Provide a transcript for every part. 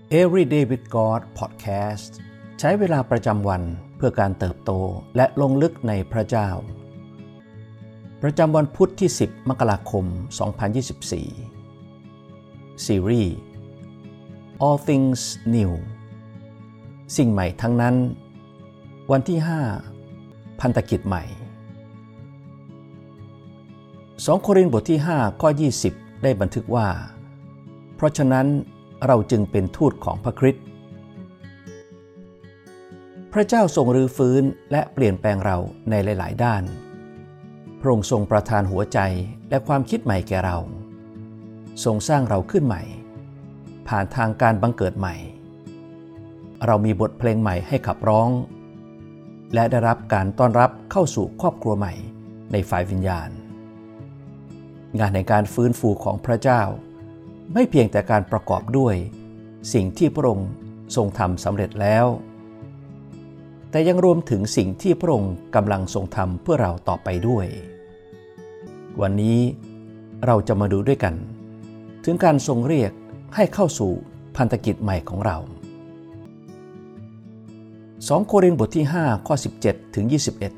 Everyday with God Podcast ใช้เวลาประจำวันเพื่อการเติบโตและลงลึกในพระเจ้าประจำวันพุธที่10 มกราคม 2024 ซีรีส์ All Things New สิ่งใหม่ทั้งนั้นวันที่5พันธกิจใหม่2 โครินธ์บทที่5ข้อ20ได้บันทึกว่าเพราะฉะนั้นเราจึงเป็นทูตของพระคริสต์พระเจ้าทรงรื้อฟื้นและเปลี่ยนแปลงเราในหลายๆด้านพระองค์ทรงประทานหัวใจและความคิดใหม่แก่เราทรงสร้างเราขึ้นใหม่ผ่านทางการบังเกิดใหม่เรามีบทเพลงใหม่ให้ขับร้องและได้รับการต้อนรับเข้าสู่ครอบครัวใหม่ในฝ่ายวิญญาณงานในการฟื้นฟูของพระเจ้าไม่เพียงแต่การประกอบด้วยสิ่งที่พระองค์ทรงทำสำเร็จแล้วแต่ยังรวมถึงสิ่งที่พระองค์กำลังทรงทำเพื่อเราต่อไปด้วยวันนี้เราจะมาดูด้วยกันถึงการทรงเรียกให้เข้าสู่พันธกิจใหม่ของเรา2 โครินธ์บทที่5ข้อ17ถึง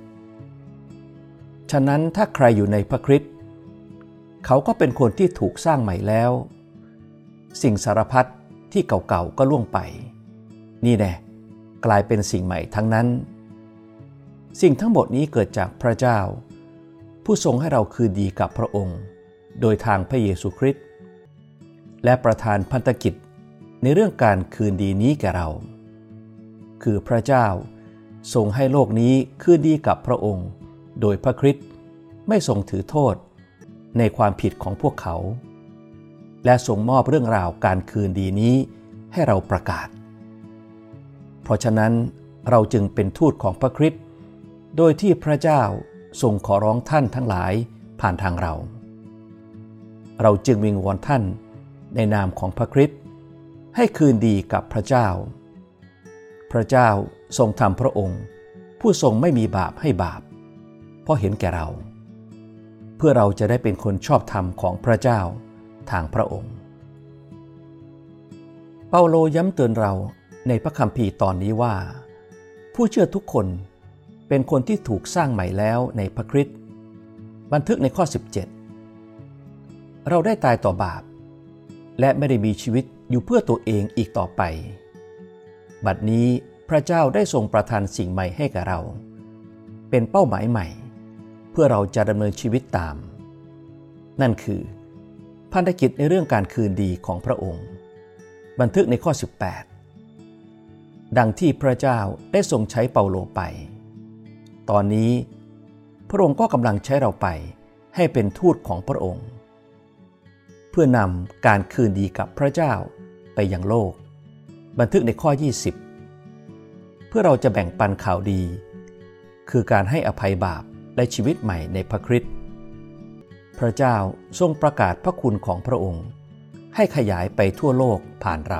21ฉะนั้นถ้าใครอยู่ในพระคริสต์เขาก็เป็นคนที่ถูกสร้างใหม่แล้วสิ่งสารพัดที่เก่าๆก็ล่วงไปนี่แน่กลายเป็นสิ่งใหม่ทั้งนั้นสิ่งทั้งหมดนี้เกิดจากพระเจ้าผู้ทรงให้เราคืนดีกับพระองค์โดยทางพระเยซูคริสต์และประทานพันธกิจในเรื่องการคืนดีนี้แก่เราคือพระเจ้าทรงให้โลกนี้คืนดีกับพระองค์โดยพระคริสต์ไม่ทรงถือโทษในความผิดของพวกเขาและทรงมอบเรื่องราวการคืนดีนี้ให้เราประกาศเพราะฉะนั้นเราจึงเป็นทูตของพระคริสต์โดยที่พระเจ้าทรงขอร้องท่านทั้งหลายผ่านทางเราจึงวิงวอนท่านในนามของพระคริสต์ให้คืนดีกับพระเจ้าพระเจ้าทรงทำพระองค์ผู้ทรงไม่มีบาปให้บาปเพราะเห็นแก่เราเพื่อเราจะได้เป็นคนชอบธรรมของพระเจ้าทางพระองค์เปาโลย้ำเตือนเราในพระคัมภีร์ตอนนี้ว่าผู้เชื่อทุกคนเป็นคนที่ถูกสร้างใหม่แล้วในพระคริสต์บันทึกในข้อ17เราได้ตายต่อบาปและไม่ได้มีชีวิตอยู่เพื่อตัวเองอีกต่อไปบัดนี้พระเจ้าได้ทรงประทานสิ่งใหม่ให้แก่เราเป็นเป้าหมายใหม่เพื่อเราจะดำเนินชีวิตตามนั่นคือพันธกิจในเรื่องการคืนดีของพระองค์บันทึกในข้อ18ดังที่พระเจ้าได้ทรงใช้เปาโลไปตอนนี้พระองค์ก็กำลังใช้เราไปให้เป็นทูตของพระองค์เพื่อนำการคืนดีกับพระเจ้าไปยังโลกบันทึกในข้อ20เพื่อเราจะแบ่งปันข่าวดีคือการให้อภัยบาปและชีวิตใหม่ในพระคริสต์พระเจ้าทรงประกาศพระคุณของพระองค์ให้ขยายไปทั่วโลกผ่าน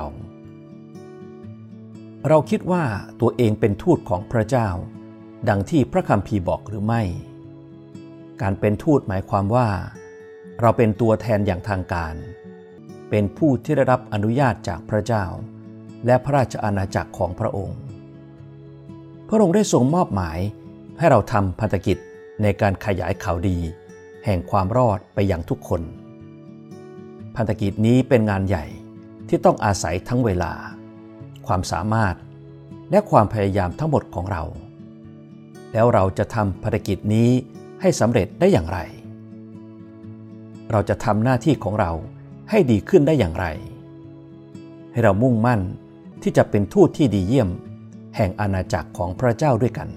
เราคิดว่าตัวเองเป็นทูตของพระเจ้าดังที่พระคัมภีร์บอกหรือไม่การเป็นทูตหมายความว่าเราเป็นตัวแทนอย่างทางการเป็นผู้ที่ได้รับอนุญาตจากพระเจ้าและพระราชอาณาจักรของพระองค์พระองค์ได้ทรงมอบหมายให้เราทำพันธกิจในการขยายข่าวดีแห่งความรอดไปยังทุกคนพันธกิจนี้เป็นงานใหญ่ที่ต้องอาศัยทั้งเวลาความสามารถและความพยายามทั้งหมดของเราแล้วเราจะทำภารกิจนี้ให้สำเร็จได้อย่างไรเราจะทำหน้าที่ของเราให้ดีขึ้นได้อย่างไรให้เรามุ่งมั่นที่จะเป็นทูตที่ดีเยี่ยมแห่งอาณาจักรของพระเจ้าด้วยกัน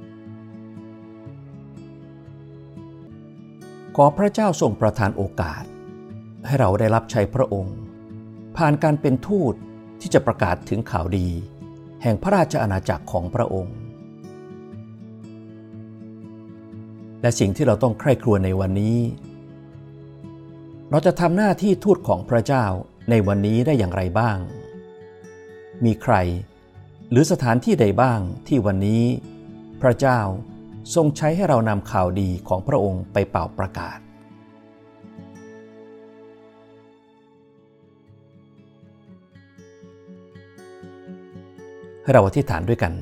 ขอพระเจ้าทรงประทานโอกาสให้เราได้รับใช้พระองค์ผ่านการเป็นทูตที่จะประกาศถึงข่าวดีแห่งพระราชอาณาจักรของพระองค์และสิ่งที่เราต้องใคร่ครวญในวันนี้เราจะทำหน้าที่ทูตของพระเจ้าในวันนี้ได้อย่างไรบ้างมีใครหรือสถานที่ใดบ้างที่วันนี้พระเจ้าทรงใช้ให้เรานำข่าวดีของพระองค์ไปเป่าประกาศให้เราอธิษฐานด้วยกัน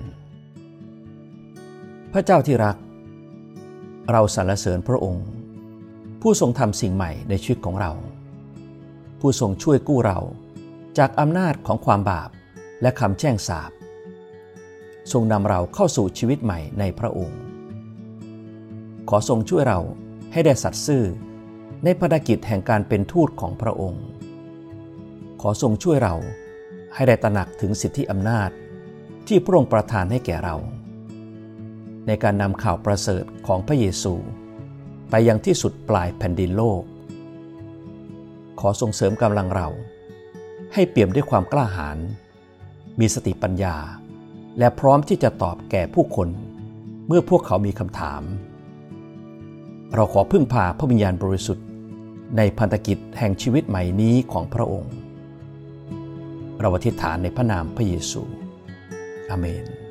พระเจ้าที่รักเราสรรเสริญพระองค์ผู้ทรงทำสิ่งใหม่ในชีวิตของเราผู้ทรงช่วยกู้เราจากอำนาจของความบาปและคำแช่งสาปทรงนำเราเข้าสู่ชีวิตใหม่ในพระองค์ขอทรงช่วยเราให้ได้สัตย์ซื่อในภารกิจแห่งการเป็นทูตของพระองค์ขอทรงช่วยเราให้ได้ตระหนักถึงสิทธิอำนาจที่พระองค์ประทานให้แก่เราในการนำข่าวประเสริฐของพระเยซูไปยังที่สุดปลายแผ่นดินโลกขอทรงเสริมกำลังเราให้เปี่ยมด้วยความกล้าหาญมีสติปัญญาและพร้อมที่จะตอบแก่ผู้คนเมื่อพวกเขามีคำถามเราขอพึ่งพาพระวิญญาณบริสุทธิ์ในพันธกิจแห่งชีวิตใหม่นี้ของพระองค์เราอธิษฐานในพระนามพระเยซูอาเมน